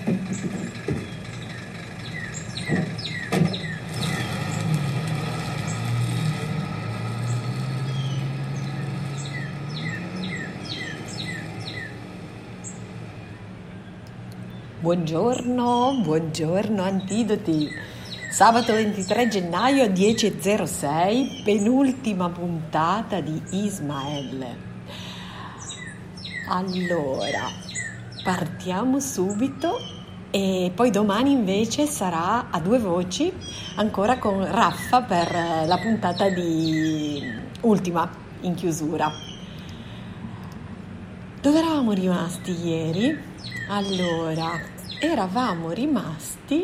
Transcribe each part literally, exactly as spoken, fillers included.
Buongiorno, buongiorno Antidoti. Sabato ventitré gennaio dieci e zero sei, penultima puntata di Ismael. Allora, partiamo subito e poi domani invece sarà a due voci ancora con Raffa per la puntata di ultima in chiusura. Dove eravamo rimasti ieri? Allora, eravamo rimasti.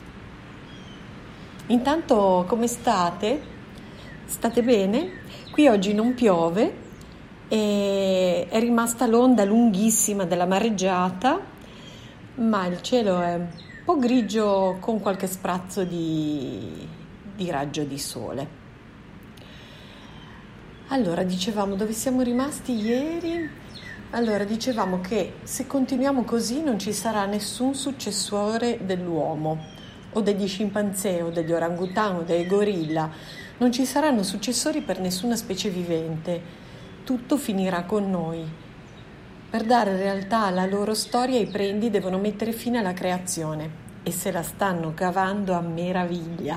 Intanto, come state? State bene? Qui oggi non piove e è rimasta l'onda lunghissima della mareggiata, ma il cielo è un po' grigio con qualche sprazzo di, di raggio di sole. Allora, dicevamo dove siamo rimasti ieri? Allora, dicevamo che se continuiamo così non ci sarà nessun successore dell'uomo, o degli scimpanzé, o degli orangutan, o dei gorilla. Non ci saranno successori per nessuna specie vivente. Tutto finirà con noi. Per dare realtà alla loro storia, i prendi devono mettere fine alla creazione e se la stanno cavando a meraviglia.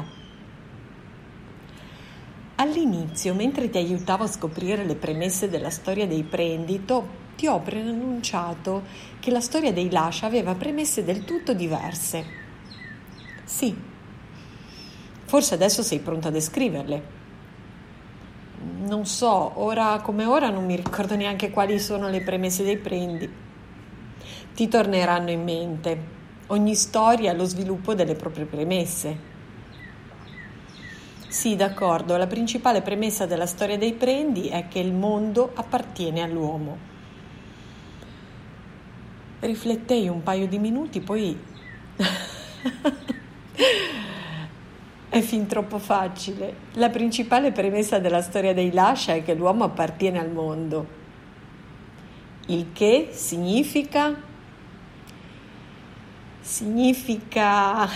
All'inizio, mentre ti aiutavo a scoprire le premesse della storia dei prendi, ti ho preannunciato che la storia dei Lascia aveva premesse del tutto diverse. Sì, forse adesso sei pronta a descriverle. Non so, ora come ora non mi ricordo neanche quali sono le premesse dei prendi. Ti torneranno in mente. Ogni storia ha lo sviluppo delle proprie premesse. Sì, d'accordo, la principale premessa della storia dei prendi è che il mondo appartiene all'uomo. Riflettei un paio di minuti, poi è fin troppo facile. La principale premessa della storia dei Lascia è che l'uomo appartiene al mondo. Il che significa? Significa...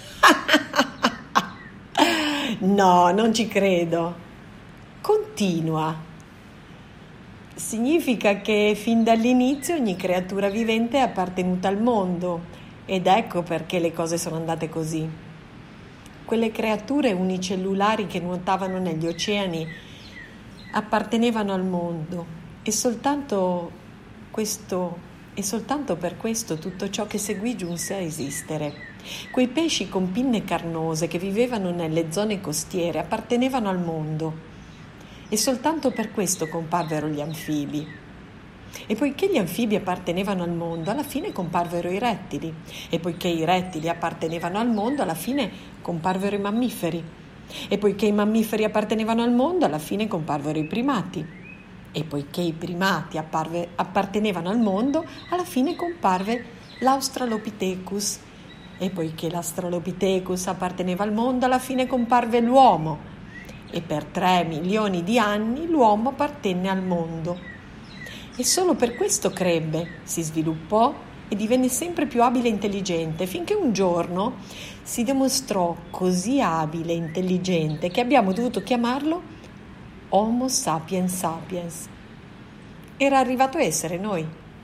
No, non ci credo. Continua. Significa che fin dall'inizio ogni creatura vivente è appartenuta al mondo ed ecco perché le cose sono andate così. Quelle creature unicellulari che nuotavano negli oceani appartenevano al mondo e soltanto questo e soltanto per questo tutto ciò che seguì giunse a esistere. Quei pesci con pinne carnose che vivevano nelle zone costiere appartenevano al mondo. E soltanto per questo comparvero gli anfibi. E poiché gli anfibi appartenevano al mondo, alla fine comparvero i rettili. E poiché i rettili appartenevano al mondo, alla fine comparvero i mammiferi. E poiché i mammiferi appartenevano al mondo, alla fine comparvero i primati. E poiché i primati apparve, appartenevano al mondo, alla fine comparve l'Australopithecus. E poiché l'Australopithecus apparteneva al mondo, alla fine comparve l'uomo. E per tre milioni di anni l'uomo appartenne al mondo. E solo per questo crebbe, si sviluppò e divenne sempre più abile e intelligente, finché un giorno si dimostrò così abile e intelligente che abbiamo dovuto chiamarlo Homo sapiens sapiens. Era arrivato a essere noi.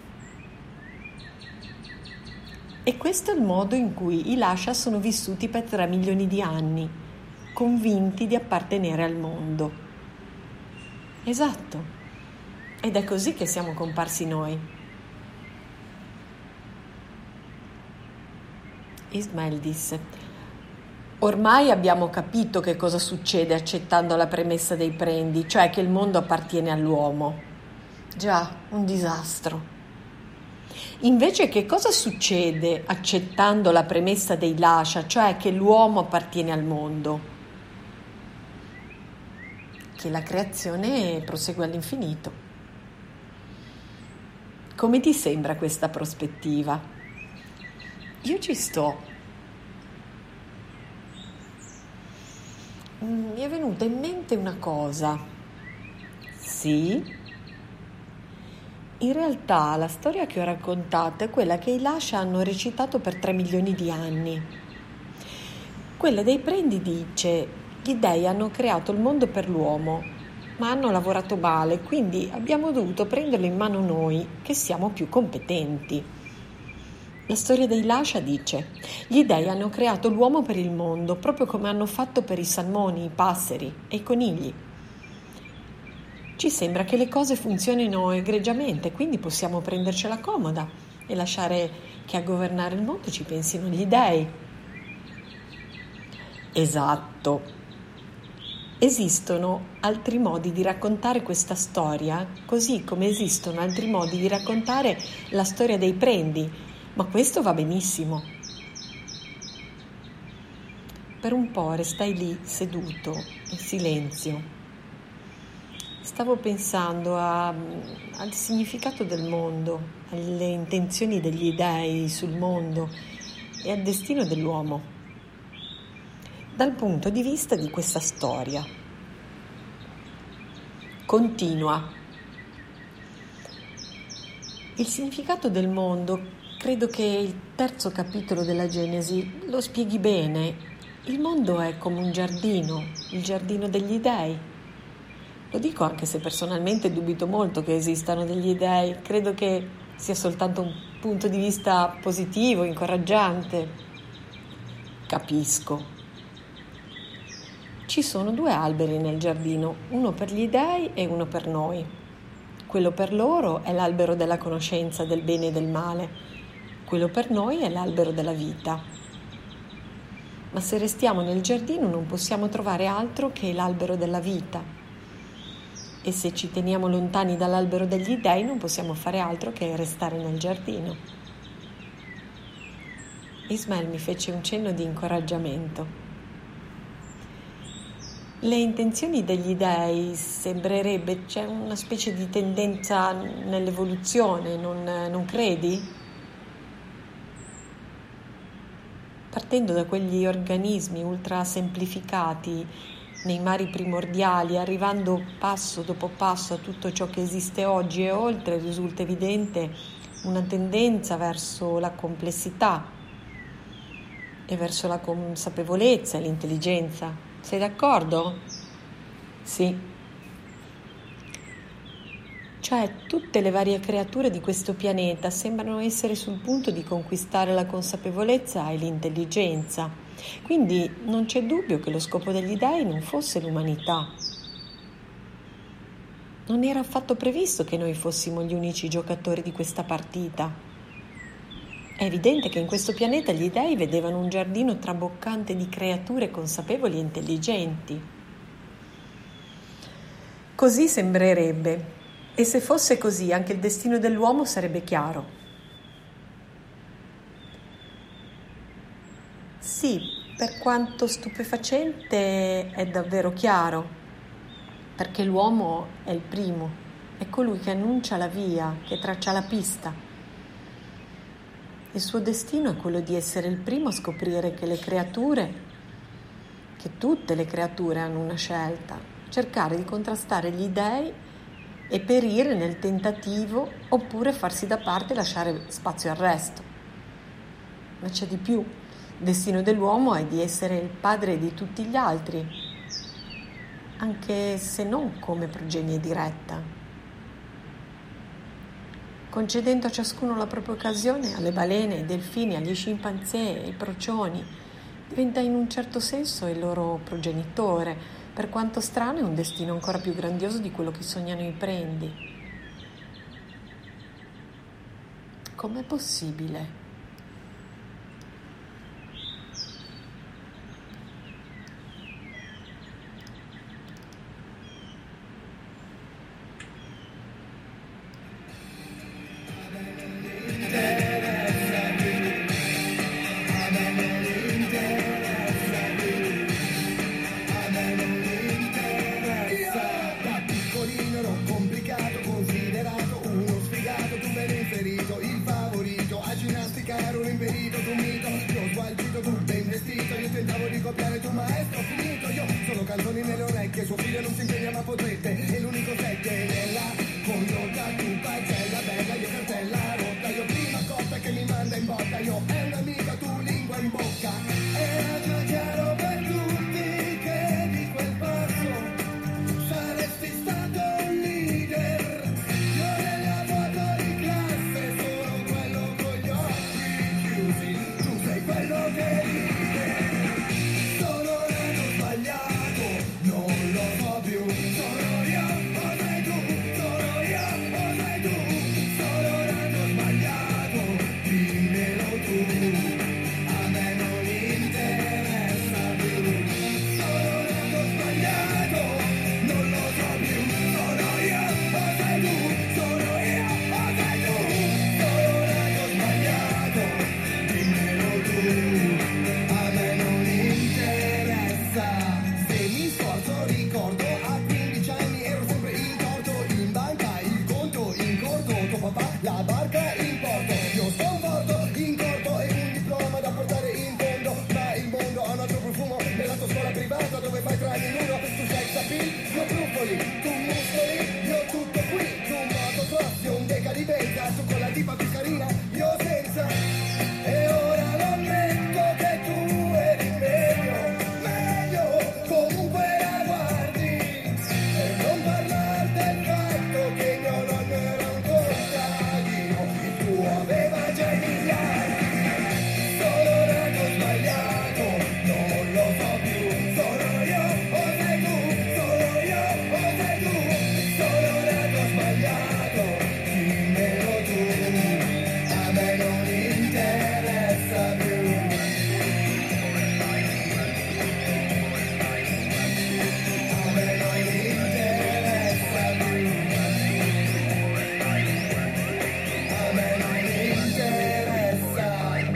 E questo è il modo in cui i Lascia sono vissuti per tre milioni di anni, convinti di appartenere al mondo. Esatto. Ed è così che siamo comparsi noi. Ismael disse: ormai abbiamo capito che cosa succede accettando la premessa dei prendi, cioè che il mondo appartiene all'uomo. Già, un disastro. Invece che cosa succede accettando la premessa dei Lascia, cioè che l'uomo appartiene al mondo? Che la creazione prosegue all'infinito. Come ti sembra questa prospettiva? Io ci sto. Mi è venuta in mente una cosa. Sì? In realtà la storia che ho raccontato è quella che i Lascia hanno recitato per tre milioni di anni. Quella dei Prendi dice: gli dei hanno creato il mondo per l'uomo, ma hanno lavorato male, quindi abbiamo dovuto prenderlo in mano noi, che siamo più competenti. La storia dei Lascia dice: gli dei hanno creato l'uomo per il mondo, proprio come hanno fatto per i salmoni, i passeri e i conigli. Ci sembra che le cose funzionino egregiamente, quindi possiamo prendercela comoda e lasciare che a governare il mondo ci pensino gli dei. Esatto. Esistono altri modi di raccontare questa storia, così come esistono altri modi di raccontare la storia dei Prendi, ma questo va benissimo. Per un po' restai lì seduto, in silenzio. Stavo pensando a, al significato del mondo, alle intenzioni degli dei sul mondo e al destino dell'uomo, dal punto di vista di questa storia. Continua. Il significato del mondo, credo che il terzo capitolo della Genesi lo spieghi bene. Il mondo è come un giardino, il giardino degli dei. Lo dico anche se personalmente dubito molto che esistano degli dei, credo che sia soltanto un punto di vista positivo, incoraggiante. Capisco. Ci sono due alberi nel giardino, uno per gli dei e uno per noi. Quello per loro è l'albero della conoscenza del bene e del male, quello per noi è l'albero della vita. Ma se restiamo nel giardino non possiamo trovare altro che l'albero della vita. E se ci teniamo lontani dall'albero degli dei non possiamo fare altro che restare nel giardino. Ismael mi fece un cenno di incoraggiamento. Le intenzioni degli dei sembrerebbe c'è una specie di tendenza nell'evoluzione, non, non credi? Partendo da quegli organismi ultra semplificati nei mari primordiali, arrivando passo dopo passo a tutto ciò che esiste oggi e oltre, risulta evidente una tendenza verso la complessità e verso la consapevolezza e l'intelligenza. Sei d'accordo? Sì. Cioè, tutte le varie creature di questo pianeta sembrano essere sul punto di conquistare la consapevolezza e l'intelligenza. Quindi non c'è dubbio che lo scopo degli dei non fosse l'umanità. Non era affatto previsto che noi fossimo gli unici giocatori di questa partita. È evidente che in questo pianeta gli dei vedevano un giardino traboccante di creature consapevoli e intelligenti. Così sembrerebbe, e se fosse così anche il destino dell'uomo sarebbe chiaro. Sì, per quanto stupefacente è davvero chiaro, perché l'uomo è il primo, è colui che annuncia la via, che traccia la pista. Il suo destino è quello di essere il primo a scoprire che le creature, che tutte le creature hanno una scelta, cercare di contrastare gli dei e perire nel tentativo oppure farsi da parte e lasciare spazio al resto. Ma c'è di più. Il destino dell'uomo è di essere il padre di tutti gli altri, anche se non come progenie diretta, concedendo a ciascuno la propria occasione. Alle balene, ai delfini, agli scimpanzé, ai procioni, diventa in un certo senso il loro progenitore, per quanto strano è un destino ancora più grandioso di quello che sognano i Prendi. Com'è possibile? Canzoni nelle orecchie, suo figlio non si impegna ma potrebbe, è l'unico set che nella condotta tu pagella. in botta, io è un'amica, tu lingua in bocca. Era già chiaro per tutti che di quel passo saresti stato un leader. Io nella foto di classe sono quello con gli occhi chiusi, tu sei quello che ride. Sono nato sbagliato, non lo so più. Sono io o sei tu, sono io o sei tu. Sono nato sbagliato, dimmelo tu. A me non interessa più. Sono nato sbagliato, non lo so più. Sono io o sei tu, sono io o sei tu. Sono nato sbagliato, dimmelo tu. A me non interessa. Se mi sforzo ricordo a quindici anni ero sempre in torto. In banca il conto in corto, tuo papà la barca in porto. Io sconforto in corto e un diploma da portare in fondo. Ma il mondo ha un altro profumo nella tua scuola privata dove fai tra in uno. Tu sex appeal, io brufoli, tu muscoli, io tutto qui. Tu motocross, io un deca di benza. Tu con la tipa più carina, io senza. E ora lo ammetto che tu eri meglio, meglio, comunque la guardi. E non parlar del fatto che mio nonno era un contadino, il tuo aveva già i miliardi. Sono nato sbagliato, non lo so più. Sono io o sei tu, sono io o sei tu. Sono nato sbagliato, dimmelo tu. A me non interessa più. A me non interessa più. A me non interessa.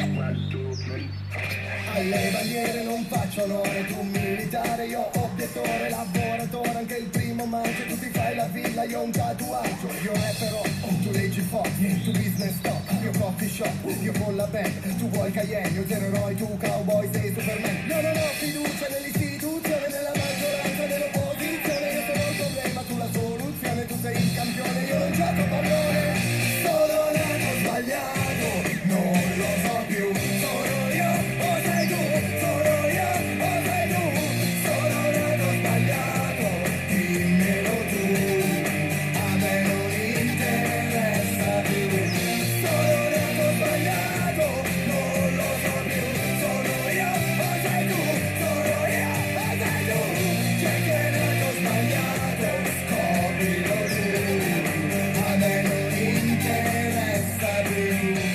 Alle bandiere non faccio onore, tu militare, io obiettore, lavoratore, anche il primo mancio, tu ti fai la villa, io un tatuaggio, io rapperò, tu leggi fogli, tu business stop, io coffee shop, io con la band, tu vuoi Cayenne, io zero eroi, tu cowboy, sei Superman. Io non ho fiducia nell'istituzione, nella maggioranza, nell'opposizione, io sono il problema, tu la soluzione, tu sei il campione, io non gioco a pallone. Sono nato sbagliato, non lo so più. Sono io o sei tu, sono io o sei tu. Sono nato sbagliato, dimmelo tu. A me non interessa più. Sono nato sbagliato, non lo so più. Sono io o sei tu, sono io o sei tu. C'è che è nato sbagliato, scoprilo tu. A me non interessa più.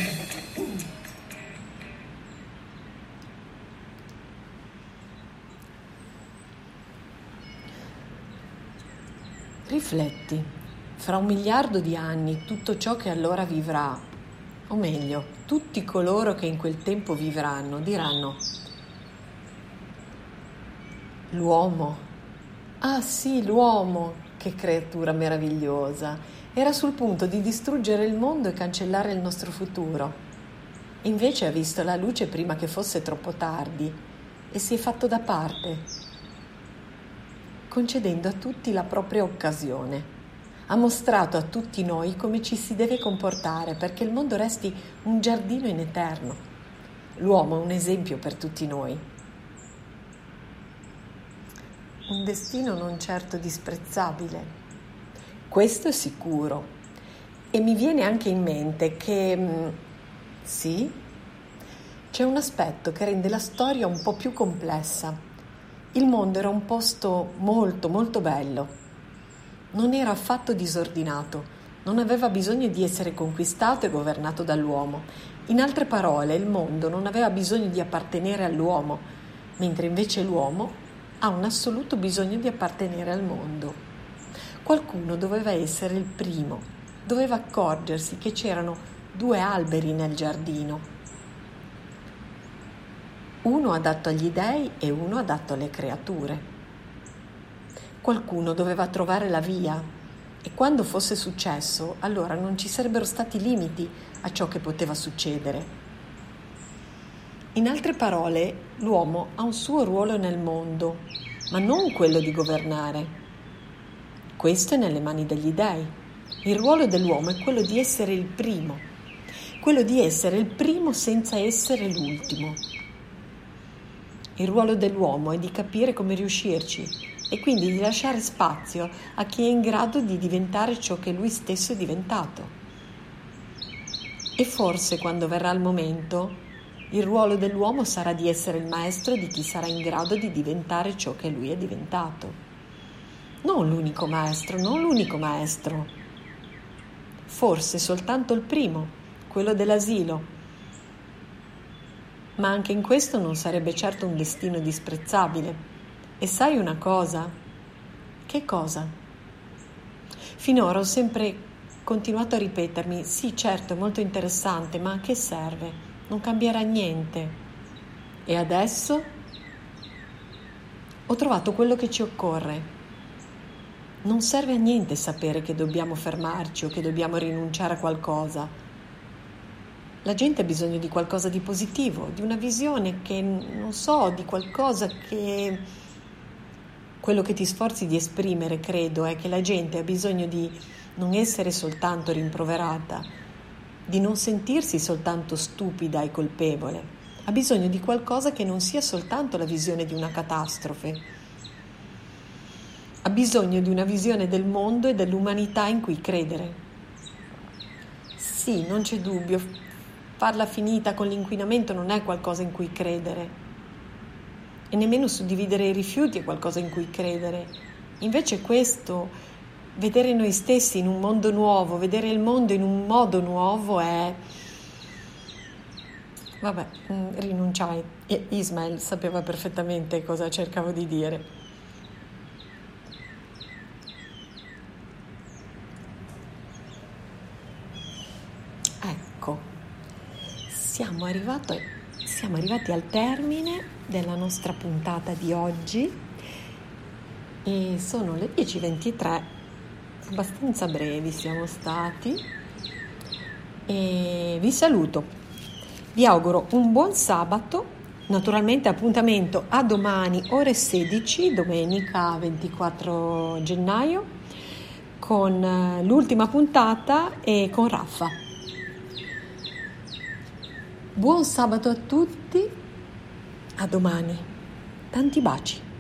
Rifletti, fra un miliardo di anni tutto ciò che allora vivrà, o meglio, tutti coloro che in quel tempo vivranno, diranno: l'uomo, ah sì, l'uomo, che creatura meravigliosa, era sul punto di distruggere il mondo e cancellare il nostro futuro. Invece ha visto la luce prima che fosse troppo tardi e si è fatto da parte, concedendo a tutti la propria occasione. Ha mostrato a tutti noi come ci si deve comportare perché il mondo resti un giardino in eterno. L'uomo è un esempio per tutti noi. Un destino non certo disprezzabile. Questo è sicuro. E mi viene anche in mente che, mh, sì, c'è un aspetto che rende la storia un po' più complessa. Il mondo era un posto molto, molto bello. Non era affatto disordinato, non aveva bisogno di essere conquistato e governato dall'uomo. In altre parole, il mondo non aveva bisogno di appartenere all'uomo, mentre invece l'uomo ha un assoluto bisogno di appartenere al mondo. Qualcuno doveva essere il primo, doveva accorgersi che c'erano due alberi nel giardino. Uno adatto agli dei e uno adatto alle creature. Qualcuno doveva trovare la via e quando fosse successo, allora non ci sarebbero stati limiti a ciò che poteva succedere. In altre parole, l'uomo ha un suo ruolo nel mondo, ma non quello di governare. Questo è nelle mani degli dei. Il ruolo dell'uomo è quello di essere il primo. quello di essere il primo senza essere l'ultimo. Il ruolo dell'uomo è di capire come riuscirci e quindi di lasciare spazio a chi è in grado di diventare ciò che lui stesso è diventato. E forse quando verrà il momento, il ruolo dell'uomo sarà di essere il maestro di chi sarà in grado di diventare ciò che lui è diventato. Non l'unico maestro, non l'unico maestro. Forse soltanto il primo, quello dell'asilo. Ma anche in questo non sarebbe certo un destino disprezzabile. E sai una cosa? Che cosa? Finora ho sempre continuato a ripetermi, sì certo è molto interessante, ma a che serve? Non cambierà niente. E adesso ho trovato quello che ci occorre. Non serve a niente sapere che dobbiamo fermarci o che dobbiamo rinunciare a qualcosa. La gente ha bisogno di qualcosa di positivo, di una visione che, non so, di qualcosa che... Quello che ti sforzi di esprimere, credo, è che la gente ha bisogno di non essere soltanto rimproverata, di non sentirsi soltanto stupida e colpevole. Ha bisogno di qualcosa che non sia soltanto la visione di una catastrofe. Ha bisogno di una visione del mondo e dell'umanità in cui credere. Sì, non c'è dubbio, farla finita con l'inquinamento non è qualcosa in cui credere. E nemmeno suddividere i rifiuti è qualcosa in cui credere. Invece questo... Vedere noi stessi in un mondo nuovo, vedere il mondo in un modo nuovo è... Vabbè, rinunciai. E Ismael sapeva perfettamente cosa cercavo di dire. Ecco, siamo arrivati, siamo arrivati al termine della nostra puntata di oggi e sono le dieci e ventitré. Abbastanza brevi siamo stati e vi saluto, vi auguro un buon sabato, naturalmente appuntamento a domani ore sedici, domenica ventiquattro gennaio, con l'ultima puntata e con Raffa. Buon sabato a tutti, a domani, tanti baci.